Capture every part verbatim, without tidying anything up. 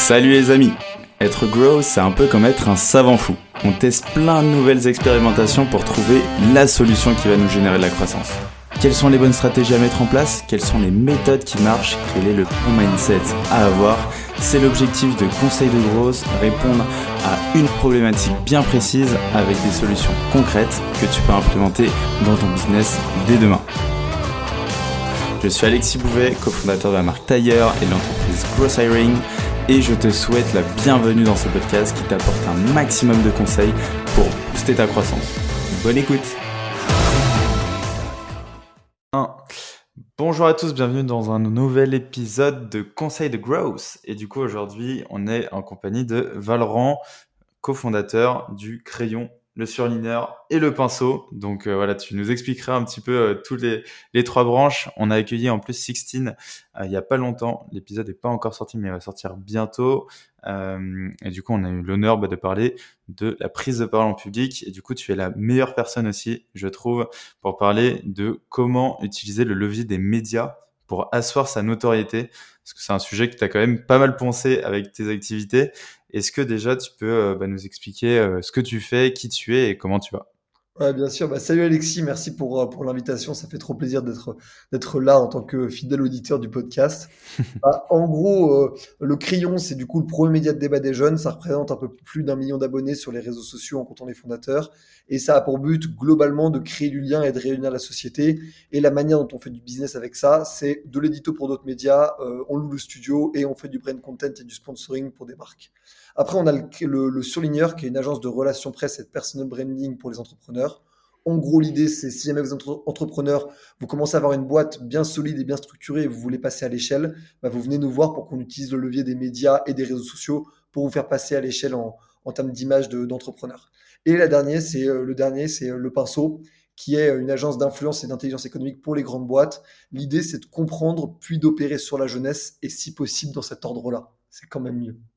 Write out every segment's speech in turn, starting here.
Salut les amis. Être grow, c'est un peu comme être un savant fou. On teste plein de nouvelles expérimentations pour trouver la solution qui va nous générer de la croissance. Quelles sont les bonnes stratégies à mettre en place? Quelles sont les méthodes qui marchent? Quel est le bon mindset à avoir? C'est l'objectif de Conseil de Growth, répondre à une problématique bien précise avec des solutions concrètes que tu peux implémenter dans ton business dès demain. Je suis Alexis Bouvet, cofondateur de la marque Tailleur et de l'entreprise Growth Hiring, et je te souhaite la bienvenue dans ce podcast qui t'apporte un maximum de conseils pour booster ta croissance. Bonne écoute. Bonjour à tous, bienvenue dans un nouvel épisode de Conseil de Growth. Et du coup, aujourd'hui, on est en compagnie de Valorant, cofondateur du crayon, le surligneur et le pinceau. Donc euh, voilà, tu nous expliqueras un petit peu euh, tous les, les trois branches. On a accueilli en plus Sixteen euh, il n'y a pas longtemps. L'épisode n'est pas encore sorti, mais il va sortir bientôt. Euh, et du coup, on a eu l'honneur bah, de parler de la prise de parole en public. Et du coup, tu es la meilleure personne aussi, je trouve, pour parler de comment utiliser le levier des médias pour asseoir sa notoriété. Parce que c'est un sujet que tu as quand même pas mal pensé avec tes activités. Est-ce que déjà tu peux euh, bah, nous expliquer euh, ce que tu fais, qui tu es et comment tu vas? Ouais, bien sûr. Bah, salut Alexis, merci pour, euh, pour l'invitation. Ça fait trop plaisir d'être d'être là en tant que fidèle auditeur du podcast. Bah, en gros, euh, le Crayon, c'est du coup le premier média de débat des jeunes. Ça représente un peu plus d'un million d'abonnés sur les réseaux sociaux en comptant les fondateurs. Et ça a pour but globalement de créer du lien et de réunir la société. Et la manière dont on fait du business avec ça, c'est de l'édito pour d'autres médias, euh, on loue le studio et on fait du brand content et du sponsoring pour des marques. Après, on a le, le, le Surligneur, qui est une agence de relations presse et de personal branding pour les entrepreneurs. En gros, l'idée, c'est si jamais vous êtes entrepreneur, vous commencez à avoir une boîte bien solide et bien structurée et vous voulez passer à l'échelle, bah vous venez nous voir pour qu'on utilise le levier des médias et des réseaux sociaux pour vous faire passer à l'échelle en, en termes d'image de, d'entrepreneur. Et la dernière, c'est, euh, le dernier, c'est euh, Le Pinceau, qui est une agence d'influence et d'intelligence économique pour les grandes boîtes. L'idée, c'est de comprendre puis d'opérer sur la jeunesse et si possible dans cet ordre-là. C'est quand même mieux.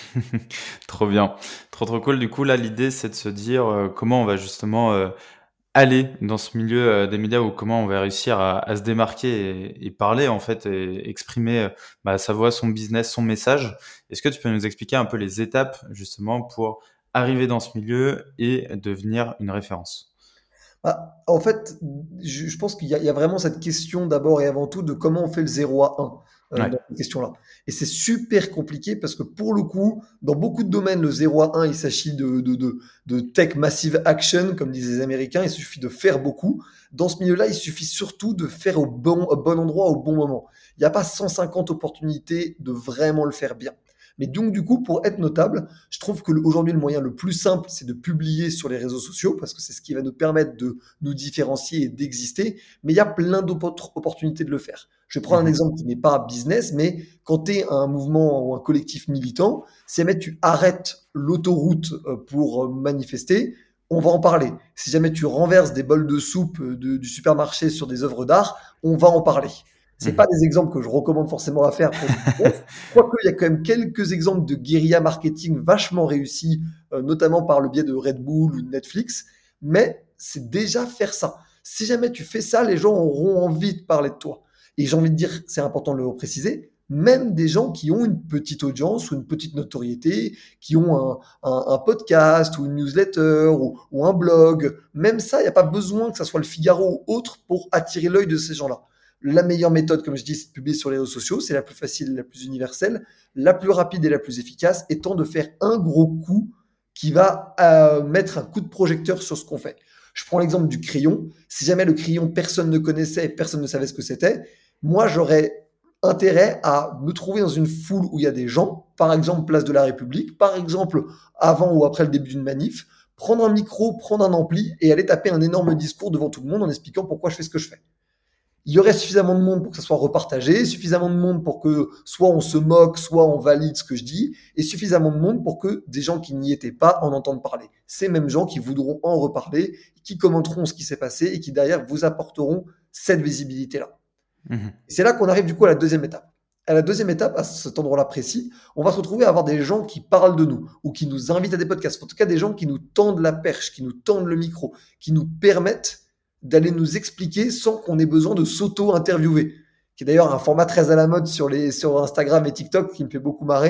Trop bien, trop trop cool. Du coup, là, l'idée, c'est de se dire euh, comment on va justement euh, aller dans ce milieu euh, des médias ou comment on va réussir à, à se démarquer et, et parler en fait et exprimer euh, bah, sa voix, son business, son message. Est-ce que tu peux nous expliquer un peu les étapes justement pour arriver dans ce milieu et devenir une référence? Bah, en fait, je, je pense qu'il y a, il y a vraiment cette question d'abord et avant tout de comment on fait le zéro à un euh, Ouais. dans cette question-là. Et c'est super compliqué parce que pour le coup, dans beaucoup de domaines, le zéro à un, il s'agit de, de, de, de tech massive action, comme disent les Américains, il suffit de faire beaucoup. Dans ce milieu-là, il suffit surtout de faire au bon, au bon endroit, au bon moment. Il n'y a pas cent cinquante opportunités de vraiment le faire bien. Mais donc, du coup, pour être notable, je trouve que le- aujourd'hui, le moyen le plus simple, c'est de publier sur les réseaux sociaux parce que c'est ce qui va nous permettre de nous différencier et d'exister. Mais il y a plein d'autres opportunités de le faire. Je vais prendre un Mhm. exemple qui n'est pas business, mais quand tu es un mouvement ou un collectif militant, si jamais tu arrêtes l'autoroute euh, pour euh, manifester, on va en parler. Si jamais tu renverses des bols de soupe euh, de- du supermarché sur des œuvres d'art, on va en parler. C'est pas Mhm. des exemples que je recommande forcément à faire pour du business. Quoique, il y a quand même quelques exemples de guérilla marketing vachement réussis, euh, notamment par le biais de Red Bull ou de Netflix. Mais c'est déjà faire ça. Si jamais tu fais ça, les gens auront envie de parler de toi. Et j'ai envie de dire, c'est important de le préciser, même des gens qui ont une petite audience ou une petite notoriété, qui ont un, un- un podcast ou une newsletter ou, ou un blog, même ça, il n'y a pas besoin que ça soit le Figaro ou autre pour attirer l'œil de ces gens-là. La meilleure méthode, comme je dis, c'est de publier sur les réseaux sociaux. C'est la plus facile et la plus universelle. La plus rapide et la plus efficace étant de faire un gros coup qui va euh, mettre un coup de projecteur sur ce qu'on fait. Je prends l'exemple du crayon. Si jamais le crayon, personne ne connaissait et personne ne savait ce que c'était, moi, j'aurais intérêt à me trouver dans une foule où il y a des gens, par exemple place de la République, par exemple avant ou après le début d'une manif, prendre un micro, prendre un ampli et aller taper un énorme discours devant tout le monde en expliquant pourquoi je fais ce que je fais. Il y aurait suffisamment de monde pour que ça soit repartagé, suffisamment de monde pour que soit on se moque, soit on valide ce que je dis, et suffisamment de monde pour que des gens qui n'y étaient pas en entendent parler. Ces mêmes gens qui voudront en reparler, qui commenteront ce qui s'est passé et qui derrière vous apporteront cette visibilité-là. Mhm. Et c'est là qu'on arrive du coup à la deuxième étape. À la deuxième étape, à cet endroit-là précis, on va se retrouver à avoir des gens qui parlent de nous ou qui nous invitent à des podcasts. En tout cas, des gens qui nous tendent la perche, qui nous tendent le micro, qui nous permettent d'aller nous expliquer sans qu'on ait besoin de s'auto-interviewer. Qui est d'ailleurs un format très à la mode sur, les, sur Instagram et TikTok qui me fait beaucoup marrer,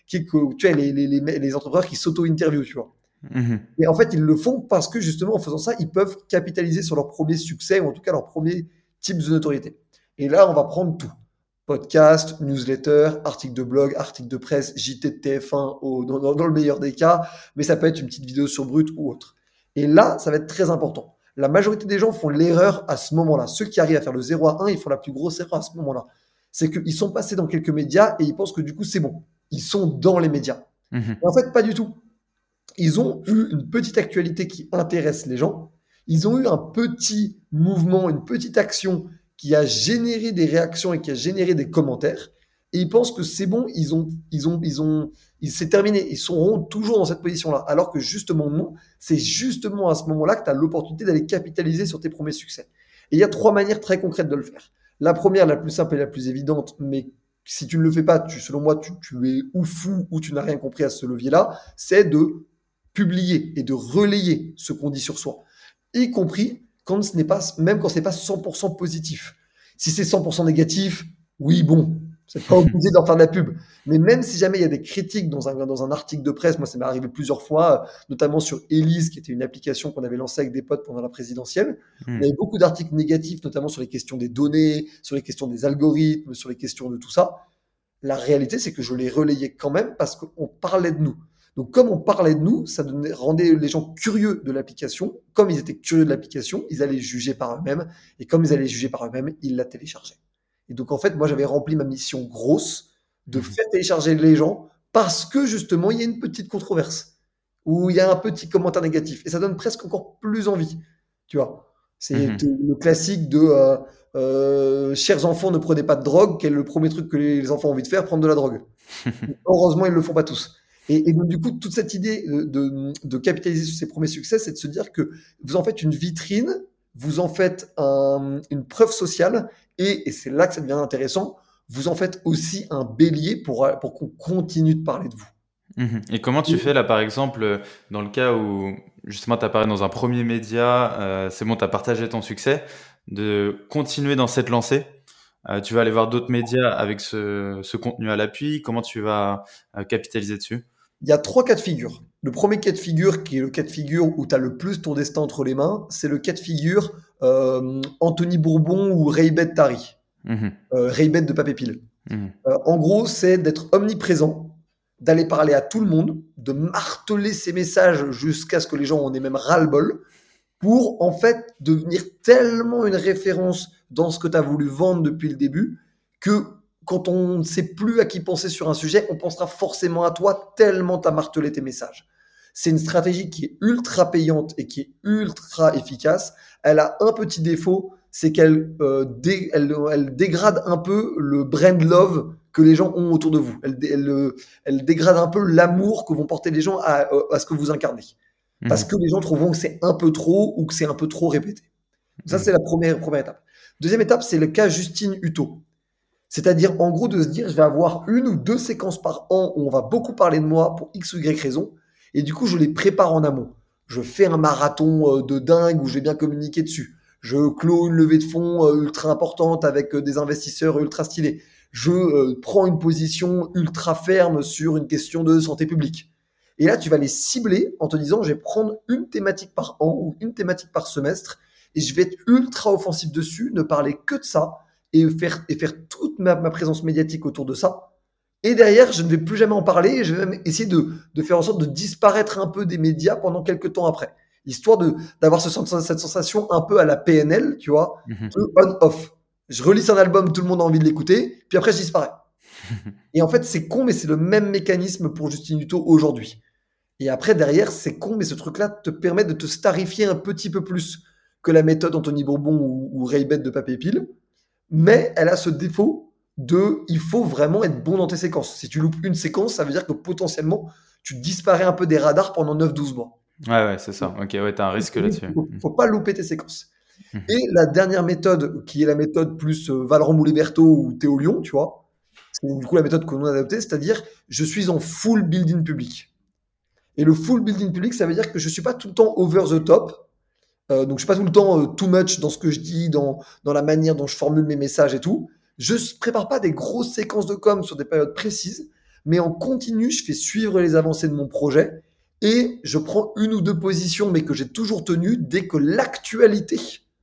qui est que tu vois les, les, les, les entrepreneurs qui s'auto-interviewent, tu vois. Mhm. Et en fait, ils le font parce que justement, en faisant ça, ils peuvent capitaliser sur leur premier succès ou en tout cas leur premier type de notoriété. Et là, on va prendre tout. Podcast, newsletter, article de blog, article de presse, J T de T F un au, dans, dans, dans le meilleur des cas, mais ça peut être une petite vidéo sur Brut ou autre. Et là, ça va être très important. La majorité des gens font l'erreur à ce moment-là. Ceux qui arrivent à faire le zéro à un, ils font la plus grosse erreur à ce moment-là. C'est qu'ils sont passés dans quelques médias et ils pensent que du coup, c'est bon. Ils sont dans les médias. Mhm. Et en fait, pas du tout. Ils ont eu une petite actualité qui intéresse les gens. Ils ont eu un petit mouvement, une petite action qui a généré des réactions et qui a généré des commentaires. Et ils pensent que c'est bon, ils ont, ils ont, ils ont, ils, c'est terminé. Ils seront toujours dans cette position-là. Alors que justement, non. C'est justement à ce moment-là que tu as l'opportunité d'aller capitaliser sur tes premiers succès. Et il y a trois manières très concrètes de le faire. La première, la plus simple et la plus évidente, mais si tu ne le fais pas, tu, selon moi, tu, tu es ou fou ou tu n'as rien compris à ce levier-là, c'est de publier et de relayer ce qu'on dit sur soi, y compris quand ce n'est pas, même quand ce n'est pas cent pour cent positif. Si c'est cent pour cent négatif, oui, bon, c'est pas obligé d'en faire de la pub. Mais même si jamais il y a des critiques dans un, dans un article de presse, moi ça m'est arrivé plusieurs fois, notamment sur Elise, qui était une application qu'on avait lancée avec des potes pendant la présidentielle. Mhm. Il y avait beaucoup d'articles négatifs, notamment sur les questions des données, sur les questions des algorithmes, sur les questions de tout ça. La réalité, c'est que je les relayais quand même parce qu'on parlait de nous. Donc, comme on parlait de nous, ça donnait, rendait les gens curieux de l'application. Comme ils étaient curieux de l'application, ils allaient juger par eux-mêmes. Et comme ils allaient juger par eux-mêmes, ils la téléchargeaient. Et donc, en fait, moi, j'avais rempli ma mission grosse de Mhm. faire télécharger les gens parce que, justement, il y a une petite controverse ou il y a un petit commentaire négatif. Et ça donne presque encore plus envie. Tu vois, c'est Mhm. le classique de euh, euh, chers enfants, ne prenez pas de drogue. Quel est le premier truc que les enfants ont envie de faire? Prendre de la drogue. Heureusement, ils ne le font pas tous. Et, et donc, du coup, toute cette idée de, de, de capitaliser sur ses premiers succès, c'est de se dire que vous en faites une vitrine, vous en faites un, une preuve sociale, et, et c'est là que ça devient intéressant, vous en faites aussi un bélier pour, pour qu'on continue de parler de vous. Mhm. Et comment tu Et fais là, par exemple, euh, dans le cas où justement tu apparais dans un premier média, euh, c'est bon, tu as partagé ton succès, de continuer dans cette lancée? Euh, tu vas aller voir d'autres médias avec ce, ce contenu à l'appui. Comment tu vas euh, capitaliser dessus? il y a trois cas de figure. Le premier cas de figure, qui est le cas de figure où tu as le plus ton destin entre les mains, c'est le cas de figure euh, Anthony Bourbon ou Raybet Tari, Mhm. euh, Raybet de Pape Pile. Mhm. Euh, en gros, c'est d'être omniprésent, d'aller parler à tout le monde, de marteler ses messages jusqu'à ce que les gens en aient même ras-le-bol, pour en fait devenir tellement une référence dans ce que tu as voulu vendre depuis le début, que quand on ne sait plus à qui penser sur un sujet, on pensera forcément à toi tellement tu as martelé tes messages. C'est une stratégie qui est ultra payante et qui est ultra efficace. Elle a un petit défaut, c'est qu'elle euh, dé, elle, elle dégrade un peu le brand love que les gens ont autour de vous. Elle, elle, elle dégrade un peu l'amour que vont porter les gens à, à ce que vous incarnez. Parce Mhm. que les gens trouveront que c'est un peu trop ou que c'est un peu trop répété. Ça, Mhm. c'est la première, première étape. Deuxième étape, c'est le cas Justine Hutto. C'est-à-dire, en gros, de se dire, je vais avoir une ou deux séquences par an où on va beaucoup parler de moi pour X ou Y raison. Et du coup, je les prépare en amont. Je fais un marathon euh, de dingue où je vais bien communiquer dessus. Je clôt une levée de fonds euh, ultra importante avec euh, des investisseurs ultra stylés. Je euh, prends une position ultra ferme sur une question de santé publique. Et là, tu vas les cibler en te disant, je vais prendre une thématique par an ou une thématique par semestre et je vais être ultra offensif dessus, ne parler que de ça et faire, et faire toute ma, ma présence médiatique autour de ça. Et derrière, je ne vais plus jamais en parler et je vais même essayer de, de faire en sorte de disparaître un peu des médias pendant quelques temps après. Histoire de, d'avoir ce, cette sensation un peu à la P N L, tu vois, Mhm. de on-off. Je release un album, tout le monde a envie de l'écouter, puis après je disparais. Et en fait, c'est con, mais c'est le même mécanisme pour Justine Hutto aujourd'hui. Et après, derrière, c'est con, mais ce truc-là te permet de te starifier un petit peu plus que la méthode Anthony Bourbon ou, ou Raybet de Pape Pile. Mais elle a ce défaut de il faut vraiment être bon dans tes séquences. Si tu loupes une séquence, ça veut dire que potentiellement, tu disparais un peu des radars pendant neuf douze mois. Ouais, ouais, c'est ça. Ok, ouais, t'as un risque Il là-dessus. faut, faut pas louper tes séquences. Mhm. Et la dernière méthode, qui est la méthode plus euh, Valorant Mouliberto ou Théo Lyon, tu vois, c'est du coup la méthode qu'on a adoptée, c'est-à-dire je suis en full building public. Et le full building public, ça veut dire que je suis pas tout le temps over the top. Euh, donc je suis pas tout le temps euh, too much dans ce que je dis, dans, dans la manière dont je formule mes messages et tout. Je prépare pas des grosses séquences de com sur des périodes précises, mais en continu, je fais suivre les avancées de mon projet et je prends une ou deux positions, mais que j'ai toujours tenues dès que l'actualité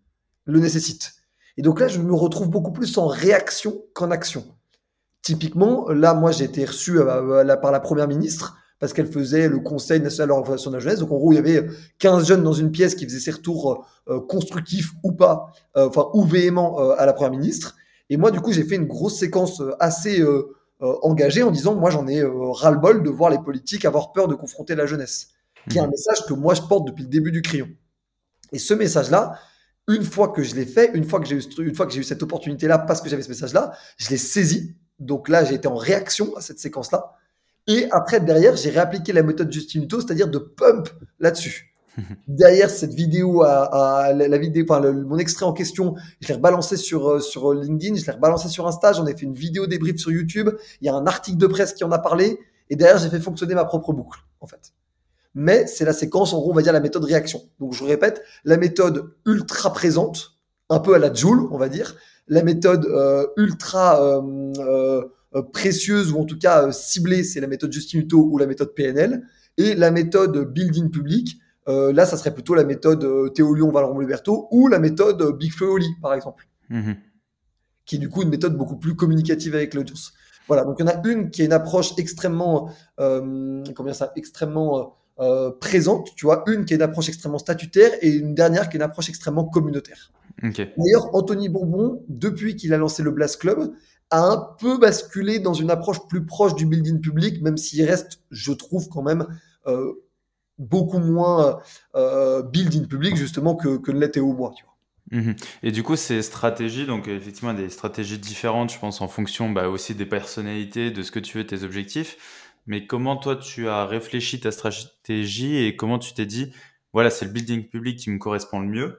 le nécessite. Et donc là, je me retrouve beaucoup plus en réaction qu'en action. Typiquement, là, moi, j'ai été reçu euh, là, par la première ministre parce qu'elle faisait le Conseil national de l'orientation de la jeunesse. Donc, en gros, il y avait quinze jeunes dans une pièce qui faisaient ses retours euh, constructifs ou pas, euh, enfin, ou véhéments euh, à la première ministre. Et moi, du coup, j'ai fait une grosse séquence euh, assez euh, euh, engagée en disant, moi, j'en ai euh, ras-le-bol de voir les politiques avoir peur de confronter la jeunesse, qui est un Mhm. message que moi, je porte depuis le début du crayon. Et ce message-là, une fois que je l'ai fait, une fois que j'ai eu, une fois que j'ai eu cette opportunité-là, parce que j'avais ce message-là, je l'ai saisi. Donc là, j'ai été en réaction à cette séquence-là. Et après, derrière, j'ai réappliqué la méthode Justin Hutto, c'est-à-dire de pump là-dessus. Derrière cette vidéo, à, à la, la vidéo, enfin, le, mon extrait en question, je l'ai rebalancé sur, euh, sur LinkedIn, je l'ai rebalancé sur Insta, j'en ai fait une vidéo débrief sur YouTube. Il y a un article de presse qui en a parlé. Et derrière, j'ai fait fonctionner ma propre boucle, en fait. Mais c'est la séquence, en gros, on va dire la méthode réaction. Donc, je vous répète, la méthode ultra présente, un peu à la Joule, on va dire, la méthode euh, ultra euh, euh, précieuse ou en tout cas euh, ciblée, c'est la méthode Justin Hutto ou la méthode P N L, et la méthode building public, euh, là, ça serait plutôt la méthode euh, Théo Lyon, Valentin Luberto ou la méthode euh, Big Flo et Oli, par exemple, Mhm. qui est du coup une méthode beaucoup plus communicative avec l'audience. Voilà, donc il y en a une qui est une approche extrêmement, euh, comment dire ça, extrêmement euh, euh, présente, tu vois, une qui est une approche extrêmement statutaire et une dernière qui est une approche extrêmement communautaire. Ok. D'ailleurs, Anthony Bourbon, depuis qu'il a lancé le Blast Club, a un peu basculé dans une approche plus proche du building public, même s'il reste, je trouve quand même, euh, beaucoup moins euh, building public justement que, que ne l'était au mois, tu vois. Mhm. Et du coup, ces stratégies, donc euh, effectivement, des stratégies différentes, je pense, en fonction bah, aussi des personnalités, de ce que tu veux, tes objectifs. Mais comment toi, tu as réfléchi ta stratégie et comment tu t'es dit, voilà, c'est le building public qui me correspond le mieux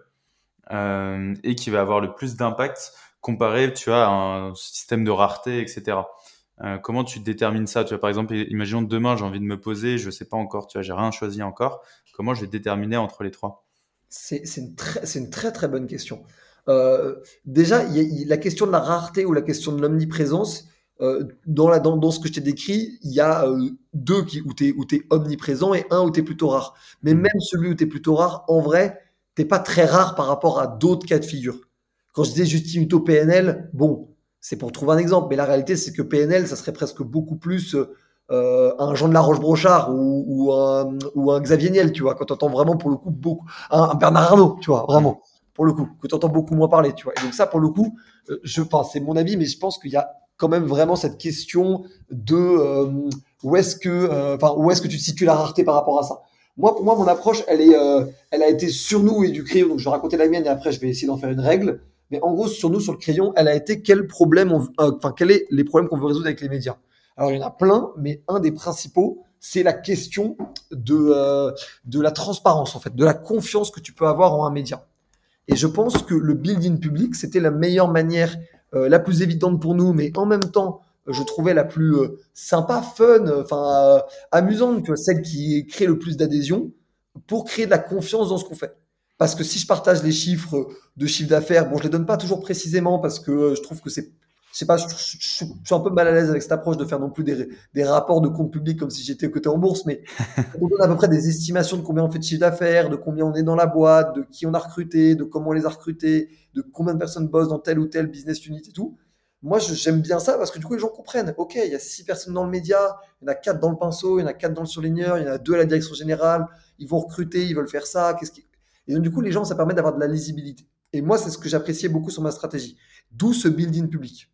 euh, et qui va avoir le plus d'impact comparé, tu vois, à un système de rareté, et cetera. Euh, comment tu détermines ça? Tu vois, par exemple, imaginons demain, j'ai envie de me poser, je sais pas encore, tu vois, j'ai rien choisi encore. Comment je vais déterminer entre les trois? C'est c'est une très, c'est une très très bonne question. Euh, déjà, il y a- il- la question de la rareté ou la question de l'omniprésence, euh, dans, la, dans, dans ce que je t'ai décrit, il y a euh, deux qui, où tu es, où t'es omniprésent et un où tu es plutôt rare. Mais Mhm. même celui où tu es plutôt rare, en vrai, t'es pas très rare par rapport à d'autres cas de figure. Quand je disais Justin Hutto P N L, bon, c'est pour trouver un exemple, mais la réalité, c'est que P N L, ça serait presque beaucoup plus euh, un Jean de la Roche-Brochard ou, ou, un, ou un Xavier Niel, tu vois, quand tu entends vraiment pour le coup beaucoup un, un Bernard Arnault, tu vois, Mhm. vraiment, pour le coup, que tu entends beaucoup moins parler, tu vois. Et donc ça, pour le coup, euh, je pense, c'est mon avis, mais je pense qu'il y a quand même vraiment cette question de euh, où est-ce que, enfin, euh, où est-ce que tu te situes la rareté par rapport à ça. Moi, pour moi, mon approche, elle est, euh, elle a été sur nous et du crayon. Donc, je vais raconter la mienne et après, je vais essayer d'en faire une règle. Mais en gros, sur nous, sur le crayon, elle a été quel problème, on, euh, enfin, quels est les problèmes qu'on veut résoudre avec les médias. Alors, il y en a plein, mais un des principaux, c'est la question de, euh, de la transparence, en fait, de la confiance que tu peux avoir en un média. Et je pense que le building public, c'était la meilleure manière, euh, la plus évidente pour nous, mais en même temps, je trouvais la plus euh, sympa, fun, enfin euh, amusante, tu vois, celle qui crée le plus d'adhésion pour créer de la confiance dans ce qu'on fait. Parce que si je partage les chiffres de chiffre d'affaires, bon, je les donne pas toujours précisément parce que euh, je trouve que c'est, je sais pas, je, je- je- je suis un peu mal à l'aise avec cette approche de faire non plus des, des rapports de compte public comme si j'étais coté en bourse, mais on donne à peu près des estimations de combien on fait de chiffre d'affaires, de combien on est dans la boîte, de qui on a recruté, de comment on les a recrutés, de combien de personnes bossent dans tel ou tel business unit et tout. Moi, je- j'aime bien ça parce que du coup, les gens comprennent. Ok, il y a six personnes dans le média, il y en a quatre dans le pinceau, il y en a quatre dans le surligneur, il y en a deux à la direction générale. Ils vont recruter, ils veulent faire ça. Qu'est-ce qui... Et donc, du coup, les gens, ça permet d'avoir de la lisibilité. Et moi, c'est ce que j'appréciais beaucoup sur ma stratégie. D'où ce build-in public.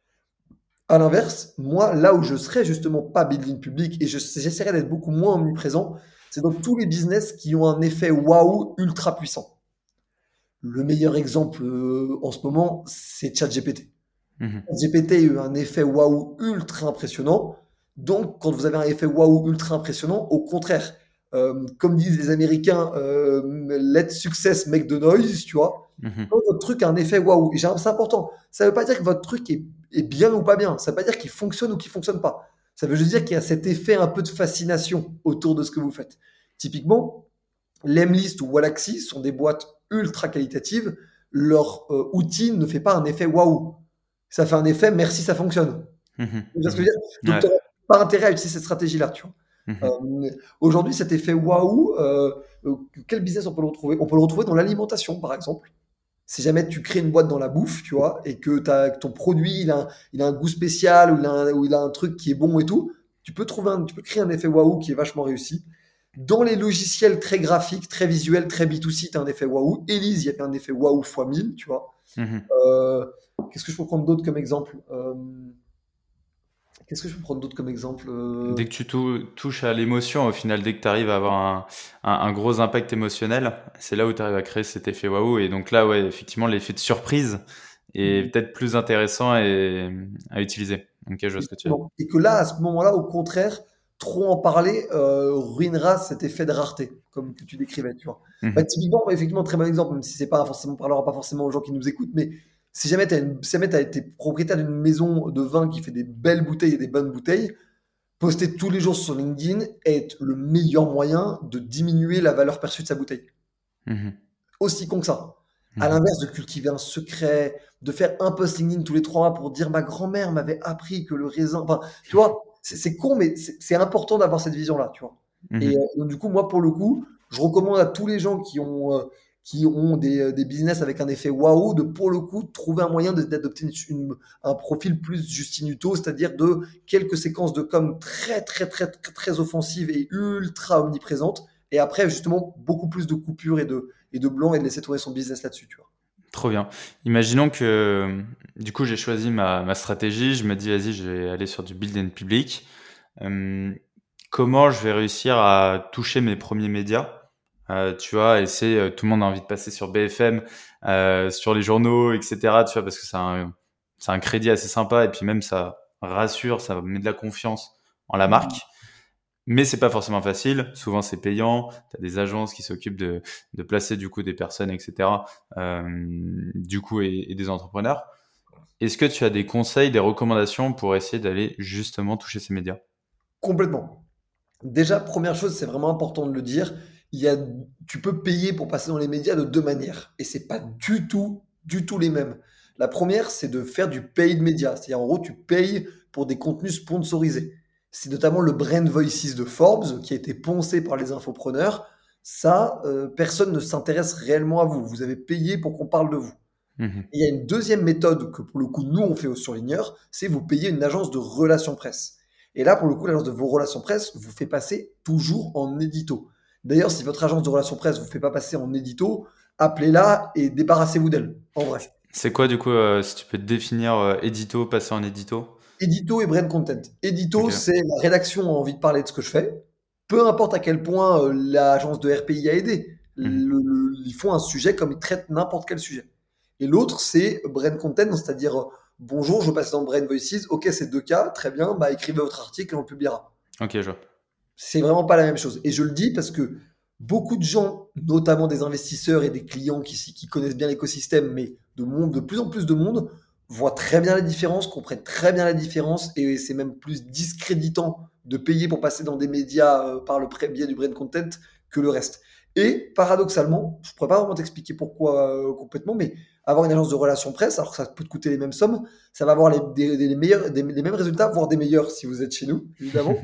À l'inverse, moi, là où je serais justement pas building public et je- j'essaierai d'être beaucoup moins omniprésent, c'est dans tous les business qui ont un effet waouh ultra puissant. Le meilleur exemple euh, en ce moment, c'est ChatGPT. Mhm. ChatGPT a eu un effet waouh ultra impressionnant. Donc, quand vous avez un effet waouh ultra impressionnant, au contraire, euh, comme disent les Américains, euh, let success make the noise, tu vois. Mhm. Quand votre truc a un effet waouh, et j'ai- c'est important. Ça ne veut pas dire que votre truc est, est bien ou pas bien. Ça ne veut pas dire qu'il fonctionne ou qu'il fonctionne pas. Ça veut juste dire qu'il y a cet effet un peu de fascination autour de ce que vous faites. Typiquement, Lemlist ou Wallaxy sont des boîtes ultra qualitatives. Leur euh, outil ne fait pas un effet waouh. Ça fait un effet merci, ça fonctionne. Mhm. Tu vois ce que je Mhm. veux dire? Donc, Ouais. pas intérêt à utiliser cette stratégie-là, tu vois. Mhm. Euh, Aujourd'hui, cet effet waouh, euh, euh, quel business on peut le retrouver? On peut le retrouver dans l'alimentation, par exemple. Si jamais tu crées une boîte dans la bouffe, tu vois, et que, t'as, que ton produit, il a, un, il a un goût spécial, ou il a un, ou il a un truc qui est bon et tout, tu peux trouver un, tu peux créer un effet waouh qui est vachement réussi. Dans les logiciels très graphiques, très visuels, très B deux C, tu as un effet waouh. Elise, il y avait un effet waouh fois mille, tu vois. Mhm. Euh, Qu'est-ce que je peux prendre d'autre comme exemple? Euh, Qu'est-ce que je peux prendre d'autre comme exemple? Euh, Dès que tu tou- touches à l'émotion, au final, dès que tu arrives à avoir un, un- un gros impact émotionnel, c'est là où tu arrives à créer cet effet waouh. Et donc là, ouais, effectivement, l'effet de surprise est peut-être plus intéressant et, à utiliser. Ok, je vois ce que tu veux dire. Exactement. Et que là, à ce moment-là, au contraire, trop en parler euh, ruinera cet effet de rareté, comme que tu décrivais, tu vois. Bah, Mhm. typiquement, effectivement, très bon exemple, même si c'est pas forcément, parlera pas forcément aux gens qui nous écoutent, mais si jamais tu si jamais t'as été propriétaire d'une maison de vin qui fait des belles bouteilles et des bonnes bouteilles, poster tous les jours sur LinkedIn est le meilleur moyen de diminuer la valeur perçue de sa bouteille. Mhm. Aussi con que ça. À Mhm. l'inverse de cultiver un secret, de faire un post LinkedIn tous les trois mois pour dire ma grand-mère m'avait appris que le raisin. Enfin, tu vois, c'est c'est con, mais c'est c'est important d'avoir cette vision-là, tu vois. Et euh, Mhm. donc, du coup, moi, pour le coup, je recommande à tous les gens qui ont, euh, qui ont des, euh, des business avec un effet waouh de, pour le coup, trouver un moyen de- d'adopter une- une- un profil plus Justin Hutto, c'est-à-dire de quelques séquences de com très, très, très, très, très offensives et ultra omniprésentes. Et après, justement, beaucoup plus de coupures et de, et de blanc et de laisser tourner son business là-dessus, tu vois. Trop bien. Imaginons que, euh, du coup, j'ai choisi ma, ma stratégie. Je me dis, vas-y, je vais aller sur du build and public. Euh, Comment je vais réussir à toucher mes premiers médias? Euh, tu vois, et c'est euh, tout le monde a envie de passer sur B F M, euh, sur les journaux, et cetera. Tu vois, parce que c'est un, c'est un crédit assez sympa et puis même ça rassure, ça met de la confiance en la marque. Mais c'est pas forcément facile. Souvent, c'est payant. Tu as des agences qui s'occupent de, de placer du coup des personnes, et cetera. Euh, du coup, et, et des entrepreneurs. Est-ce que tu as des conseils, des recommandations pour essayer d'aller justement toucher ces médias? Complètement. Déjà, première chose, c'est vraiment important de le dire, il y a, tu peux payer pour passer dans les médias de deux manières. Et c'est pas du tout, du tout les mêmes. La première, c'est de faire du paid media. C'est-à-dire, en gros, tu payes pour des contenus sponsorisés. C'est notamment le Brand Voices de Forbes qui a été poncé par les infopreneurs. Ça, euh, personne ne s'intéresse réellement à vous. Vous avez payé pour qu'on parle de vous. Mhm. Et il y a une deuxième méthode que pour le coup nous on fait au surligneur, c'est vous payer une agence de relations presse. Et là pour le coup l'agence de vos relations presse vous fait passer toujours en édito. D'ailleurs si votre agence de relations presse vous fait pas passer en édito, appelez-la et débarrassez-vous d'elle, en vrai. C'est quoi du coup, euh, si tu peux définir euh, édito, passer en édito? Édito et brand content. Édito, Ok. c'est la rédaction a envie de parler de ce que je fais, peu importe à quel point euh, l'agence de R P I a aidé. Mhm. Le- le- ils font un sujet comme ils traitent n'importe quel sujet. Et l'autre, c'est brand content, c'est-à-dire euh, bonjour, je passe dans Brand Voices, ok, c'est deux cas, très bien, bah écrivez votre article et on le publiera. Ok, je vois. C'est vraiment pas la même chose. Et je le dis parce que beaucoup de gens, notamment des investisseurs et des clients qui, qui connaissent bien l'écosystème, mais de, monde, de plus en plus de monde, voient très bien la différence, comprennent très bien la différence, et c'est même plus discréditant de payer pour passer dans des médias euh, par le biais du brand content que le reste. Et paradoxalement, je ne pourrais pas vraiment t'expliquer pourquoi euh, complètement, mais avoir une agence de relations presse, alors que ça peut te coûter les mêmes sommes, ça va avoir les, des- des- les meilleurs, des- les mêmes résultats, voire des meilleurs si vous êtes chez nous, évidemment.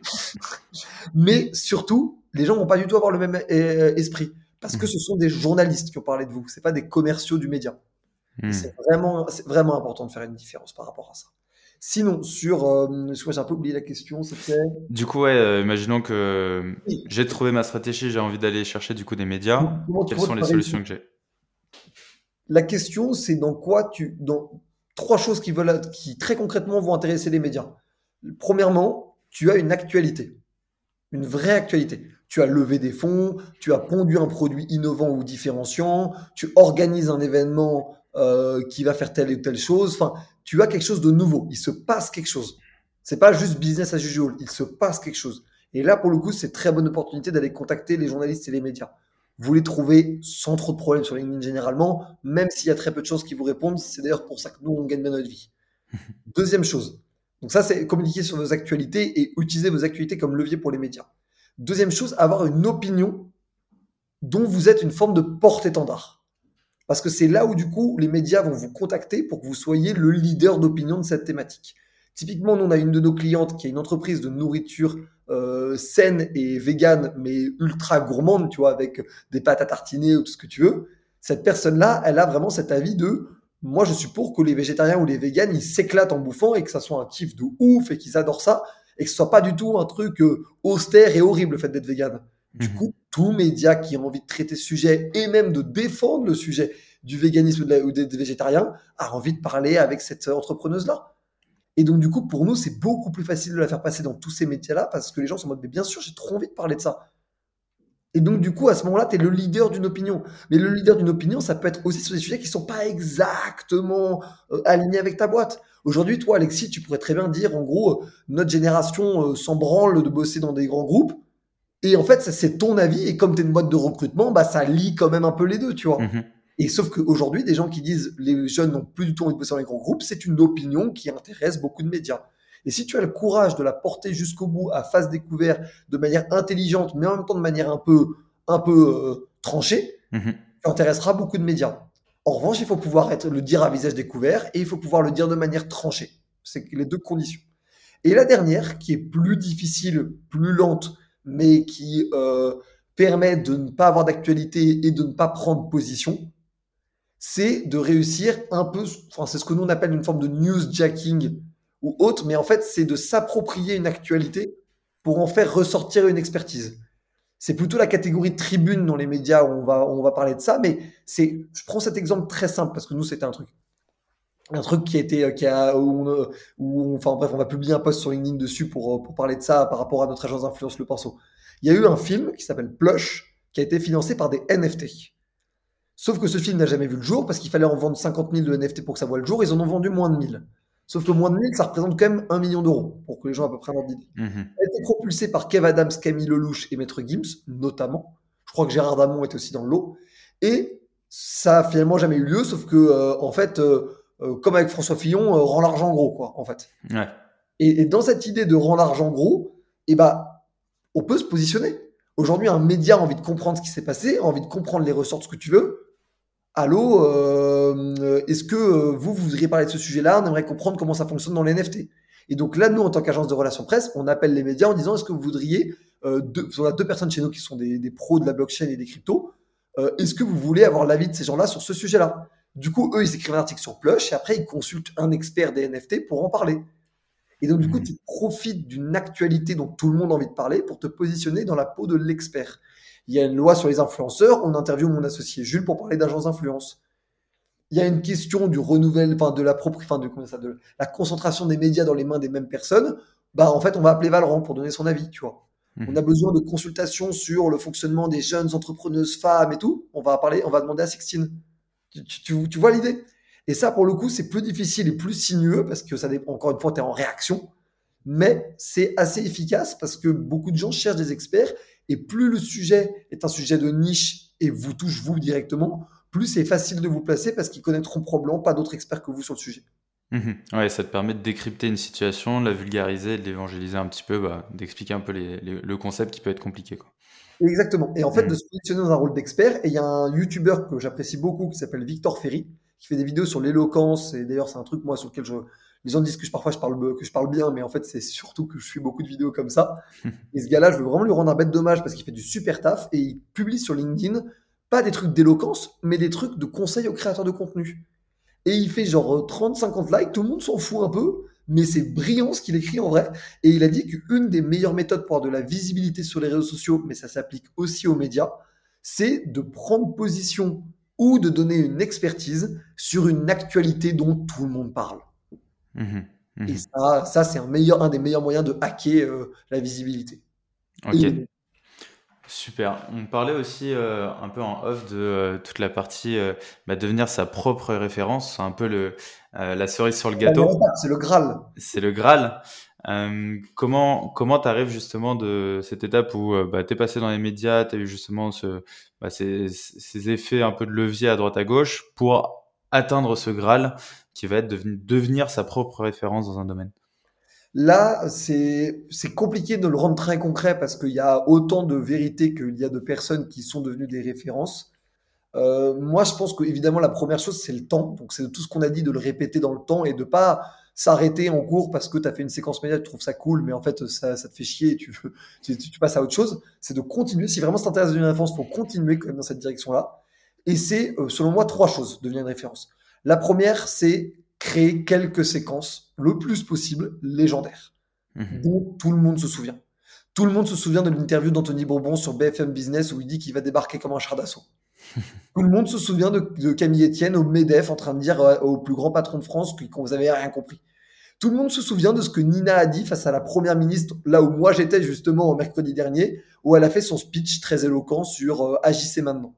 Mais surtout, les gens vont pas du tout avoir le même euh, esprit. Parce que Mhm. ce sont des journalistes qui ont parlé de vous, c'est pas des commerciaux du média. Et c'est Mhm. vraiment, c'est vraiment important de faire une différence par rapport à ça. Sinon, sur, euh, je crois que j'ai un peu oublié la question, c'était. Du coup, ouais, euh, imaginons que euh, Oui, j'ai trouvé ma stratégie, j'ai envie d'aller chercher du coup des médias. comment, Quelles comment sont tu les peux réussir? solutions que j'ai? La question, c'est dans quoi tu, dans trois choses qui veulent, qui très concrètement vont intéresser les médias. Premièrement, tu as une actualité. Une vraie actualité. Tu as levé des fonds, tu as pondu un produit innovant ou différenciant, tu organises un événement euh, qui va faire telle ou telle chose. Enfin, tu as quelque chose de nouveau. Il se passe quelque chose. C'est pas juste business as usual. Il se passe quelque chose. Et là, pour le coup, c'est une très bonne opportunité d'aller contacter les journalistes et les médias. Vous les trouvez sans trop de problèmes sur LinkedIn généralement, même s'il y a très peu de choses qui vous répondent. C'est d'ailleurs pour ça que nous, on gagne bien notre vie. Deuxième chose. Donc ça, c'est communiquer sur vos actualités et utiliser vos actualités comme levier pour les médias. Deuxième chose, avoir une opinion dont vous êtes une forme de porte-étendard. Parce que c'est là où, du coup, les médias vont vous contacter pour que vous soyez le leader d'opinion de cette thématique. Typiquement, nous, on a une de nos clientes qui a une entreprise de nourriture euh, saine et végane, mais ultra gourmande, tu vois, avec des pâtes à tartiner ou tout ce que tu veux. Cette personne-là, elle a vraiment cet avis de moi, je suis pour que les végétariens ou les véganes, ils s'éclatent en bouffant et que ça soit un kiff de ouf et qu'ils adorent ça et que ce soit pas du tout un truc euh, austère et horrible le fait d'être végane. Du Mhm. coup, tout média qui a envie de traiter ce sujet et même de défendre le sujet du véganisme ou, de la- ou des, des végétariens a envie de parler avec cette entrepreneuse-là. Et donc, du coup, pour nous, c'est beaucoup plus facile de la faire passer dans tous ces métiers-là parce que les gens sont en mode, mais bien sûr, j'ai trop envie de parler de ça. Et donc, du coup, à ce moment-là, tu es le leader d'une opinion. Mais le leader d'une opinion, ça peut être aussi sur des sujets qui sont pas exactement euh, alignés avec ta boîte. Aujourd'hui, toi, Alexis, tu pourrais très bien dire, en gros, euh, notre génération euh, s'en branle de bosser dans des grands groupes. Et en fait, ça, c'est ton avis. Et comme tu es une boîte de recrutement, bah, ça lie quand même un peu les deux, tu vois. Mhm. Et sauf qu'aujourd'hui, des gens qui disent les jeunes n'ont plus du tout envie de bosser dans les grands groupes, c'est une opinion qui intéresse beaucoup de médias. Et si tu as le courage de la porter jusqu'au bout, à face découvert, de manière intelligente, mais en même temps de manière un peu, un peu euh, tranchée, Mhm. tu intéresseras beaucoup de médias. En revanche, il faut pouvoir être, le dire à visage découvert et il faut pouvoir le dire de manière tranchée. C'est les deux conditions. Et la dernière, qui est plus difficile, plus lente, mais qui euh, permet de ne pas avoir d'actualité et de ne pas prendre position, c'est de réussir un peu, enfin, c'est ce que nous on appelle une forme de newsjacking ou autre, mais en fait, c'est de s'approprier une actualité pour en faire ressortir une expertise. C'est plutôt la catégorie de tribune dans les médias où on va, on va parler de ça, mais c'est, je prends cet exemple très simple parce que nous, c'était un truc, un truc qui a été, qui a, où on, euh, où on- enfin bref, on va publier un post sur LinkedIn dessus pour, euh, pour parler de ça par rapport à notre agence d'influence Le Pinceau. Il y a eu un film qui s'appelle Plush, qui a été financé par des N F T. Sauf que ce film n'a jamais vu le jour parce qu'il fallait en vendre cinquante mille de N F T pour que ça voie le jour. Ils en ont vendu moins de mille. Sauf que moins de mille, ça représente quand même un million d'euros pour que les gens aient à peu près un ordre d'idée. Mhm. Ça a été propulsé par Kev Adams, Camille Lelouch et Maître Gims, notamment. Je crois que Gérard Damon était aussi dans le lot. Et ça a finalement jamais eu lieu, sauf que, euh, en fait, euh, euh, comme avec François Fillon, euh, rend l'argent gros, quoi, en fait. Ouais. Et, et dans cette idée de rend l'argent gros, eh ben, on peut se positionner. Aujourd'hui, un média a envie de comprendre ce qui s'est passé, a envie de comprendre les ressorts de ce que tu veux. Allô, euh, est-ce que euh, vous, vous voudriez parler de ce sujet-là? On aimerait comprendre comment ça fonctionne dans les N F T. Et donc là, nous, en tant qu'agence de relations presse, on appelle les médias en disant est-ce que vous voudriez, euh, deux, on a deux personnes chez nous qui sont des, des pros de la blockchain et des cryptos, euh, est-ce que vous voulez avoir l'avis de ces gens-là sur ce sujet-là? Du coup, eux, ils écrivent un article sur Plush et après, ils consultent un expert des N F T pour en parler. Et donc, du coup, Mhm. tu profites d'une actualité dont tout le monde a envie de parler pour te positionner dans la peau de l'expert. Il y a une loi sur les influenceurs. On interviewe mon associé Jules pour parler d'agence d'influence. Il y a une question du renouvellement, enfin de la propre, enfin de, comment ça, de la concentration des médias dans les mains des mêmes personnes. Bah, en fait, on va appeler Valran pour donner son avis, tu vois. On a Mhm. besoin de consultations sur le fonctionnement des jeunes entrepreneuses femmes et tout. On va parler, on va demander à Sixtine. Tu, tu- tu- tu vois l'idée? Et ça, pour le coup, c'est plus difficile et plus sinueux parce que ça dépend, encore une fois, tu es en réaction. Mais c'est assez efficace parce que beaucoup de gens cherchent des experts et plus le sujet est un sujet de niche et vous touche vous directement, plus c'est facile de vous placer parce qu'ils connaîtront probablement pas d'autres experts que vous sur le sujet. Mhm. Ouais, ça te permet de décrypter une situation, de la vulgariser, de l'évangéliser un petit peu, bah, d'expliquer un peu les- les- le concept qui peut être compliqué, quoi. Exactement. Et en fait, de Mhm. se positionner dans un rôle d'expert, et il y a un YouTuber que j'apprécie beaucoup qui s'appelle Victor Ferry, qui fait des vidéos sur l'éloquence, et d'ailleurs, c'est un truc, moi, sur lequel je, les gens disent que je, parfois je parle, que je parle bien, mais en fait, c'est surtout que je fais beaucoup de vidéos comme ça. Et ce gars-là, je veux vraiment lui rendre un bête dommage parce qu'il fait du super taf et il publie sur LinkedIn pas des trucs d'éloquence, mais des trucs de conseils aux créateurs de contenu. Et il fait genre trente cinquante likes, tout le monde s'en fout un peu, mais c'est brillant ce qu'il écrit en vrai. Et il a dit qu'une des meilleures méthodes pour avoir de la visibilité sur les réseaux sociaux, mais ça s'applique aussi aux médias, c'est de prendre position ou de donner une expertise sur une actualité dont tout le monde parle. Mhm. Et Mhm. ça, ça c'est un, meilleur, un des meilleurs moyens de hacker euh, la visibilité. Et Ok. Super. On parlait aussi euh, un peu en off de euh, toute la partie euh, bah, devenir sa propre référence, c'est un peu le, euh, la cerise sur le la dernière gâteau, étape, c'est le Graal. c'est le Graal. Euh, comment comment tu arrives justement de cette étape où euh, bah, tu es passé dans les médias, tu as eu justement ce, bah, ces, ces effets un peu de levier à droite à gauche pour atteindre ce Graal qui va être devenu, devenir sa propre référence dans un domaine. Là, c'est c'est compliqué de le rendre très concret parce qu'il y a autant de vérités qu'il y a de personnes qui sont devenues des références. Euh, moi, je pense que évidemment la première chose, c'est le temps. Donc, c'est tout ce qu'on a dit de le répéter dans le temps et de pas s'arrêter en cours parce que tu as fait une séquence média, tu trouves ça cool, mais en fait, ça, ça te fait chier et tu, veux, tu, tu passes à autre chose. C'est de continuer. Si vraiment ça t'intéresse de devenir une référence, il faut continuer quand même dans cette direction-là. Et c'est, euh, selon moi, trois choses de devenir une référence. La première, c'est créer quelques séquences, le plus possible, légendaires, Mhm. dont tout le monde se souvient. Tout le monde se souvient de l'interview d'Anthony Bourbon sur B F M Business où il dit qu'il va débarquer comme un char d'assaut. Tout le monde se souvient de, de Camille Etienne au MEDEF en train de dire euh, au plus grand patron de France qu'on vous avait rien compris. Tout le monde se souvient de ce que Nina a dit face à la première ministre, là où moi j'étais justement mercredi dernier, où elle a fait son speech très éloquent sur euh, agissez maintenant.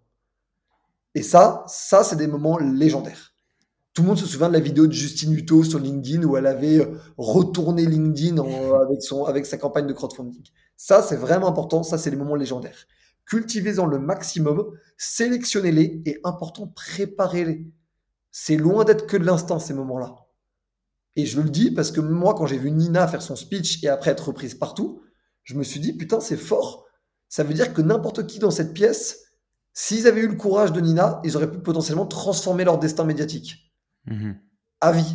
Et ça, ça c'est des moments légendaires. Tout le monde se souvient de la vidéo de Justine Hutto sur LinkedIn où elle avait euh, retourné LinkedIn en, avec, son, avec sa campagne de crowdfunding. Ça, c'est vraiment important. Ça, c'est les moments légendaires. Cultivez-en le maximum, sélectionnez-les et, important, préparez-les. C'est loin d'être que de l'instinct, ces moments-là. Et je le dis parce que moi, quand j'ai vu Nina faire son speech et après être reprise partout, je me suis dit, putain, c'est fort. Ça veut dire que n'importe qui dans cette pièce, s'ils avaient eu le courage de Nina, ils auraient pu potentiellement transformer leur destin médiatique. Mmh. À vie.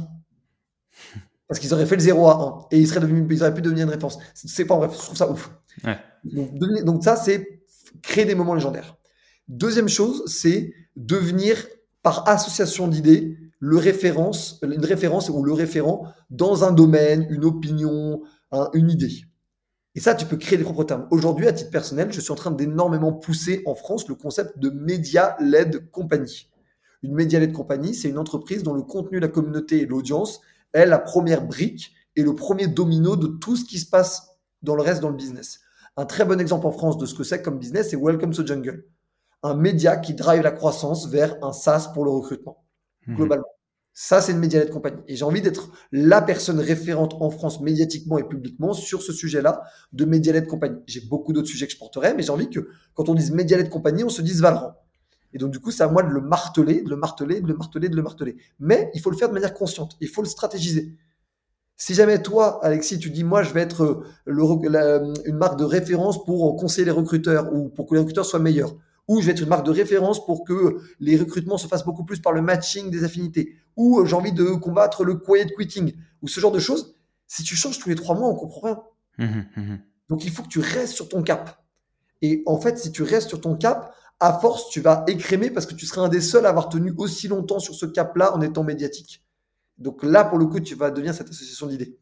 Parce qu'ils auraient fait le zéro à un et ils, seraient devenus, ils auraient pu devenir une référence. C'est, c'est pas vrai, je trouve ça ouf. Ouais. Donc, devenir, donc ça, c'est créer des moments légendaires. Deuxième chose, c'est devenir, par association d'idées, le référence, une référence ou le référent dans un domaine, une opinion, un, une idée. Et ça, tu peux créer des propres termes. Aujourd'hui, à titre personnel, je suis en train d'énormément pousser en France le concept de média-led company. Une média-led company, c'est une entreprise dont le contenu, la communauté et l'audience est la première brique et le premier domino de tout ce qui se passe dans le reste dans le business. Un très bon exemple en France de ce que c'est comme business, c'est Welcome to Jungle. Un média qui drive la croissance vers un SaaS pour le recrutement, mmh. globalement. Ça, c'est une média-led compagnie. Et j'ai envie d'être la personne référente en France médiatiquement et publiquement sur ce sujet-là de média-led compagnie. J'ai beaucoup d'autres sujets que je porterai, mais j'ai envie que quand on dise média-led compagnie, on se dise Valorant. Et donc, du coup, c'est à moi de le marteler, de le marteler, de le marteler, de le marteler. Mais il faut le faire de manière consciente. Il faut le stratégiser. Si jamais toi, Alexis, tu dis, moi, je vais être le, la, une marque de référence pour conseiller les recruteurs ou pour que les recruteurs soient meilleurs, ou je vais être une marque de référence pour que les recrutements se fassent beaucoup plus par le matching des affinités, ou j'ai envie de combattre le quiet quitting, ou ce genre de choses, si tu changes tous les trois mois, on comprend rien. Mmh, mmh. Donc, il faut que tu restes sur ton cap. Et en fait, si tu restes sur ton cap, à force, tu vas écrémer parce que tu seras un des seuls à avoir tenu aussi longtemps sur ce cap-là en étant médiatique. Donc là, pour le coup, tu vas devenir cette association d'idées.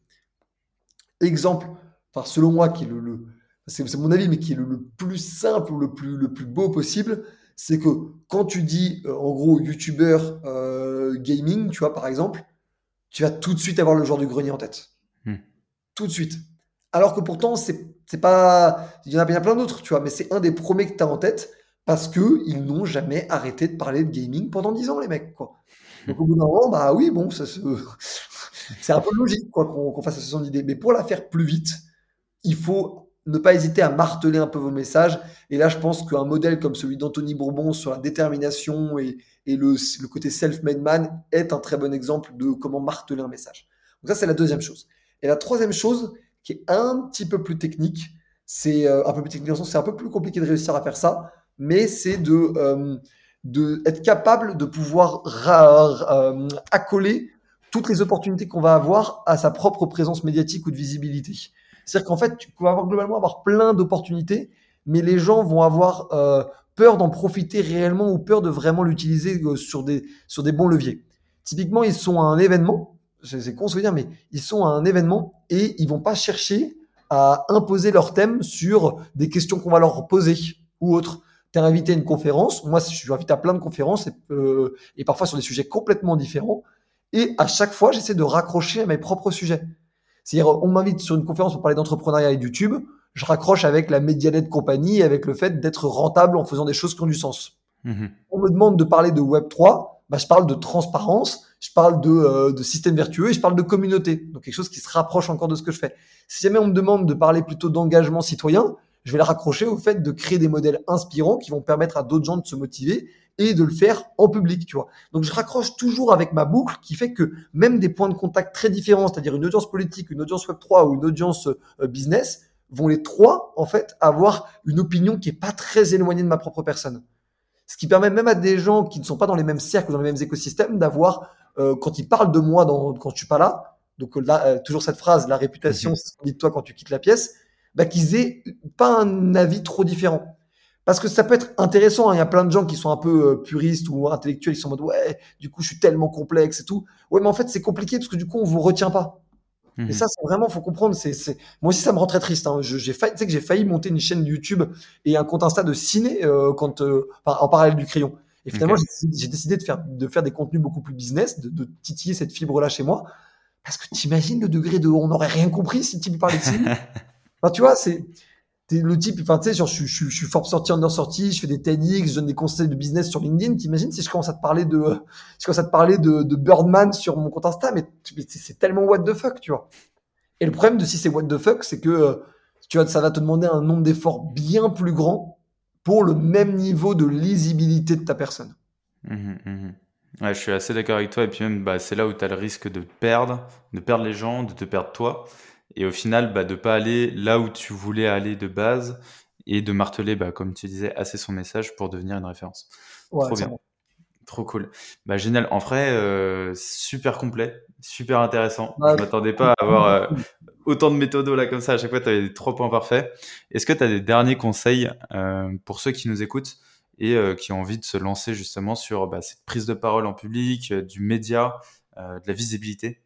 Exemple, enfin, selon moi, qui est le, le c'est, c'est mon avis, mais qui est le, le plus simple ou le plus, le plus beau possible, c'est que quand tu dis, euh, en gros, youtubeur euh, gaming, tu vois, par exemple, tu vas tout de suite avoir le genre du grenier en tête. Mmh. Tout de suite. Alors que pourtant, c'est, c'est pas... Il y en a bien plein d'autres, tu vois, mais c'est un des premiers que tu as en tête parce qu'ils n'ont jamais arrêté de parler de gaming pendant dix ans, les mecs, quoi. Donc au bout d'un moment, bah oui, bon, ça se... c'est un peu logique quoi, qu'on, qu'on fasse association d'idées. Mais pour la faire plus vite, il faut ne pas hésiter à marteler un peu vos messages. Et là, je pense qu'un modèle comme celui d'Anthony Bourbon sur la détermination et, et le, le côté self-made man est un très bon exemple de comment marteler un message. Donc ça, c'est la deuxième chose. Et la troisième chose, qui est un petit peu plus technique, c'est euh, un peu plus technique, c'est un peu plus compliqué de réussir à faire ça, mais c'est de... Euh, de être capable de pouvoir ra- euh, accoler toutes les opportunités qu'on va avoir à sa propre présence médiatique ou de visibilité. C'est-à-dire qu'en fait, tu peux avoir globalement avoir plein d'opportunités, mais les gens vont avoir euh, peur d'en profiter réellement ou peur de vraiment l'utiliser euh, sur des, sur des bons leviers. Typiquement, ils sont à un événement, c'est, c'est con se dire, mais ils sont à un événement et ils vont pas chercher à imposer leur thème sur des questions qu'on va leur poser ou autres. Tu es invité à une conférence. Moi, je suis invité à plein de conférences et, euh, et parfois sur des sujets complètement différents. Et à chaque fois, j'essaie de raccrocher à mes propres sujets. C'est-à-dire, on m'invite sur une conférence pour parler d'entrepreneuriat et de YouTube. Je raccroche avec la média-led compagnie, avec le fait d'être rentable en faisant des choses qui ont du sens. Mmh. On me demande de parler de Web trois. Bah, je parle de transparence, je parle de, euh, de système vertueux et je parle de communauté. Donc, quelque chose qui se rapproche encore de ce que je fais. Si jamais on me demande de parler plutôt d'engagement citoyen, je vais le raccrocher au fait de créer des modèles inspirants qui vont permettre à d'autres gens de se motiver et de le faire en public, tu vois. Donc, je raccroche toujours avec ma boucle qui fait que même des points de contact très différents, c'est-à-dire une audience politique, une audience Web trois ou une audience euh, business, vont les trois, en fait, avoir une opinion qui est pas très éloignée de ma propre personne. Ce qui permet même à des gens qui ne sont pas dans les mêmes cercles, dans les mêmes écosystèmes, d'avoir, euh, quand ils parlent de moi dans, quand je suis pas là, donc là, euh, toujours cette phrase, la réputation, Mhm. c'est ce qu'on dit de toi quand tu quittes la pièce, bah, qu'ils aient pas un avis trop différent. Parce que ça peut être intéressant, hein. Il y a plein de gens qui sont un peu euh, puristes ou intellectuels, qui sont en mode ouais, du coup, je suis tellement complexe et tout. Ouais, mais en fait, c'est compliqué parce que du coup, on vous retient pas. Et Mhm. ça, c'est vraiment, faut comprendre. C'est, c'est... Moi aussi, ça me rend très triste, hein. Je- j'ai failli, tu sais que j'ai failli monter une chaîne YouTube et un compte Insta de ciné euh, quand, euh, enfin, en parallèle du crayon. Et finalement, Ok. j'ai, décidé- j'ai décidé de faire, de faire des contenus beaucoup plus business, de, de titiller cette fibre-là chez moi. Parce que t'imagines le degré de, on n'aurait rien compris si tu me parlais de ciné. Enfin, tu vois, c'est, t'es le type, enfin, tu sais, genre, je, je, je suis Forbes sorti, under sorti, je fais des TEDx, je donne des conseils de business sur LinkedIn. T'imagines si je commence à te parler de, je commence à te parler de, de Birdman sur mon compte Insta, mais, mais c'est c'est tellement what the fuck, tu vois. Et le problème de si c'est what the fuck, c'est que euh, tu vois, ça va te demander un nombre d'efforts bien plus grand pour le même niveau de lisibilité de ta personne. Mhm, mhm. Ouais, je suis assez d'accord avec toi. Et puis même, bah, c'est là où tu as le risque de perdre, de perdre les gens, de te perdre toi. Et au final, bah, de pas aller là où tu voulais aller de base et de marteler, bah, comme tu disais, assez son message pour devenir une référence. Ouais, Trop bien. clairement. Trop cool. Bah, génial. En vrai, euh, super complet, super intéressant. Je Bah, m'attendais pas à avoir euh, autant de méthodos là comme ça. À chaque fois, tu avais trois points parfaits. Est-ce que tu as des derniers conseils euh, pour ceux qui nous écoutent et euh, qui ont envie de se lancer justement sur bah, cette prise de parole en public, euh, du média, euh, de la visibilité?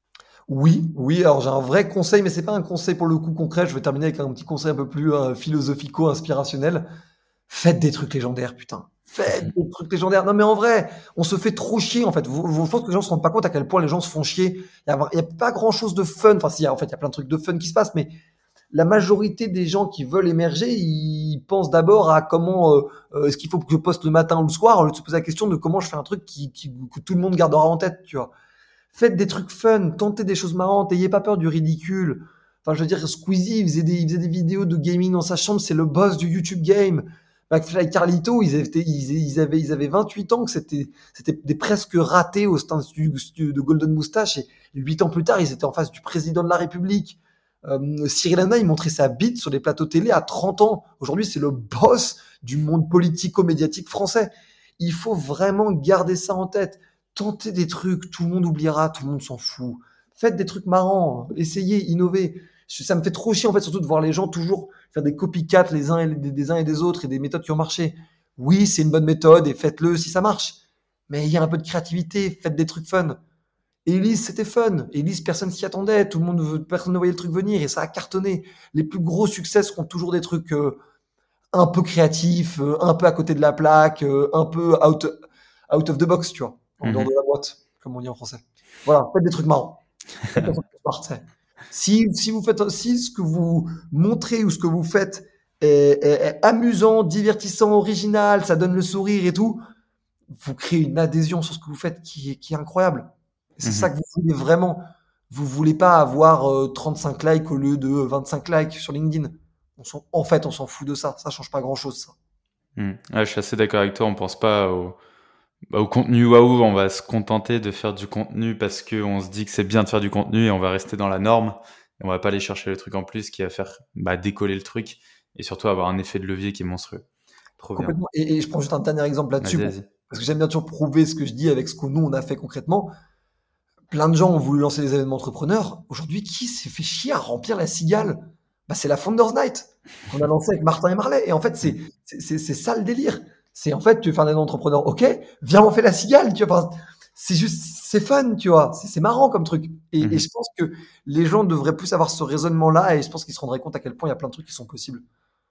oui, oui. Alors j'ai un vrai conseil, mais c'est pas un conseil pour le coup concret. Je vais terminer avec un petit conseil un peu plus euh, philosophico-inspirationnel. Faites des trucs légendaires, putain. Faites des trucs légendaires. Non, mais en vrai, on se fait trop chier, en fait. Vous, vous- je pense que les gens se rendent pas compte à quel point les gens se font chier. Il y a, il y a pas grand chose de fun. Enfin, si, en fait, il y a plein de trucs de fun qui se passent, mais la majorité des gens qui veulent émerger, ils pensent d'abord à comment, euh, euh, est-ce qu'il faut que je poste le matin ou le soir, au lieu de se poser la question de comment je fais un truc qui, qui- que tout le monde gardera en tête, tu vois. Faites des trucs fun, tentez des choses marrantes, ayez pas peur du ridicule. Enfin, je veux dire, Squeezie, il faisait des, il faisait des vidéos de gaming dans sa chambre, c'est le boss du YouTube game. McFly et Carlito, ils avaient, ils, ils avaient, ils avaient vingt-huit ans, que c'était, c'était des presque ratés au stand du- du- de Golden Moustache, et huit ans plus tard, ils étaient en face du président de la République. Euh, Cyril Hanouna, il montrait sa bite sur les plateaux télé à trente ans. Aujourd'hui, c'est le boss du monde politico-médiatique français. Il faut vraiment garder ça en tête. Tentez des trucs, tout le monde oubliera, tout le monde s'en fout. Faites des trucs marrants, essayez, innovez. Ça me fait trop chier en fait, surtout de voir les gens toujours faire des copycats les uns et les- des uns et des autres et des méthodes qui ont marché. Oui, c'est une bonne méthode et faites-le si ça marche. Mais il y a un peu de créativité, faites des trucs fun. Elise, c'était fun. Elise, personne s'y attendait, tout le monde, personne ne voyait le truc venir et ça a cartonné. Les plus gros succès seront toujours des trucs euh, un peu créatifs, euh, un peu à côté de la plaque, euh, un peu out, out of the box, tu vois, en dehors Mhm. de la boîte, comme on dit en français. Voilà, faites des trucs marrants. Faites des trucs smart, tu sais. Si, si vous faites, si ce que vous montrez ou ce que vous faites est, est- est amusant, divertissant, original, ça donne le sourire et tout, vous créez une adhésion sur ce que vous faites qui est, qui est incroyable. Et c'est ça Mhm. que vous voulez vraiment. Vous voulez pas avoir euh, trente-cinq likes au lieu de vingt-cinq likes sur LinkedIn. On s'en- en fait, on s'en fout de ça. Ça change pas grand-chose, ça. Mhm. Ouais, je suis assez d'accord avec toi. On pense pas au, bah, au contenu waouh. On va se contenter de faire du contenu parce qu'on se dit que c'est bien de faire du contenu et on va rester dans la norme. Et on va pas aller chercher le truc en plus qui va faire bah, décoller le truc et surtout avoir un effet de levier qui est monstrueux. Trop bien. Complètement. Et, et je prends juste un dernier exemple là-dessus, Vas-y, pour- vas-y. parce que j'aime bien toujours prouver ce que je dis avec ce que nous, on a fait concrètement. Plein de gens ont voulu lancer des événements entrepreneurs. Aujourd'hui, qui s'est fait chier à remplir la cigale? Bah, c'est la Founders Night qu'on a lancée avec Martin et Marley. Et en fait, c'est Mhm. c'est c'est- c'est ça le délire. C'est en fait, tu veux faire un événement entrepreneur, ok, viens, on fait la cigale, tu vois. Enfin, c'est juste, c'est fun, tu vois. C'est c'est marrant comme truc. Et, et Mhm. je pense que les gens devraient plus avoir ce raisonnement-là et je pense qu'ils se rendraient compte à quel point il y a plein de trucs qui sont possibles.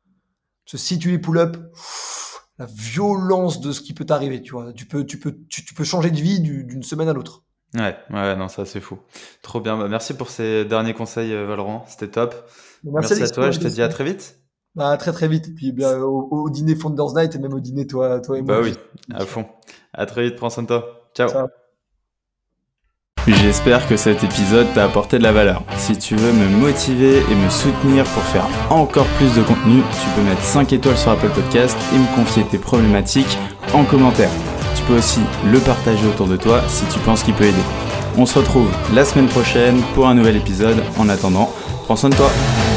Se situer les pull-up, la violence de ce qui peut t'arriver, tu vois. Tu peux, tu peux, tu, tu peux changer de vie du- d'une semaine à l'autre. Ouais, ouais, non, ça c'est fou. Trop bien. Bah, merci pour ces derniers conseils, euh, Valorant. C'était top. Merci Merci à Alexis pour toi. Je te dis à l'invitation. très vite. Bah, très très vite. Et puis bien, au, au dîner Founders Night et même au dîner toi, toi et moi. Bah oui, Juste. à fond. À très vite. Prends soin de toi. Ciao. Ciao. J'espère que cet épisode t'a apporté de la valeur. Si tu veux me motiver et me soutenir pour faire encore plus de contenu, tu peux mettre cinq étoiles sur Apple Podcast et me confier tes problématiques en commentaire. Tu peux aussi le partager autour de toi si tu penses qu'il peut aider. On se retrouve la semaine prochaine pour un nouvel épisode. En attendant, prends soin de toi.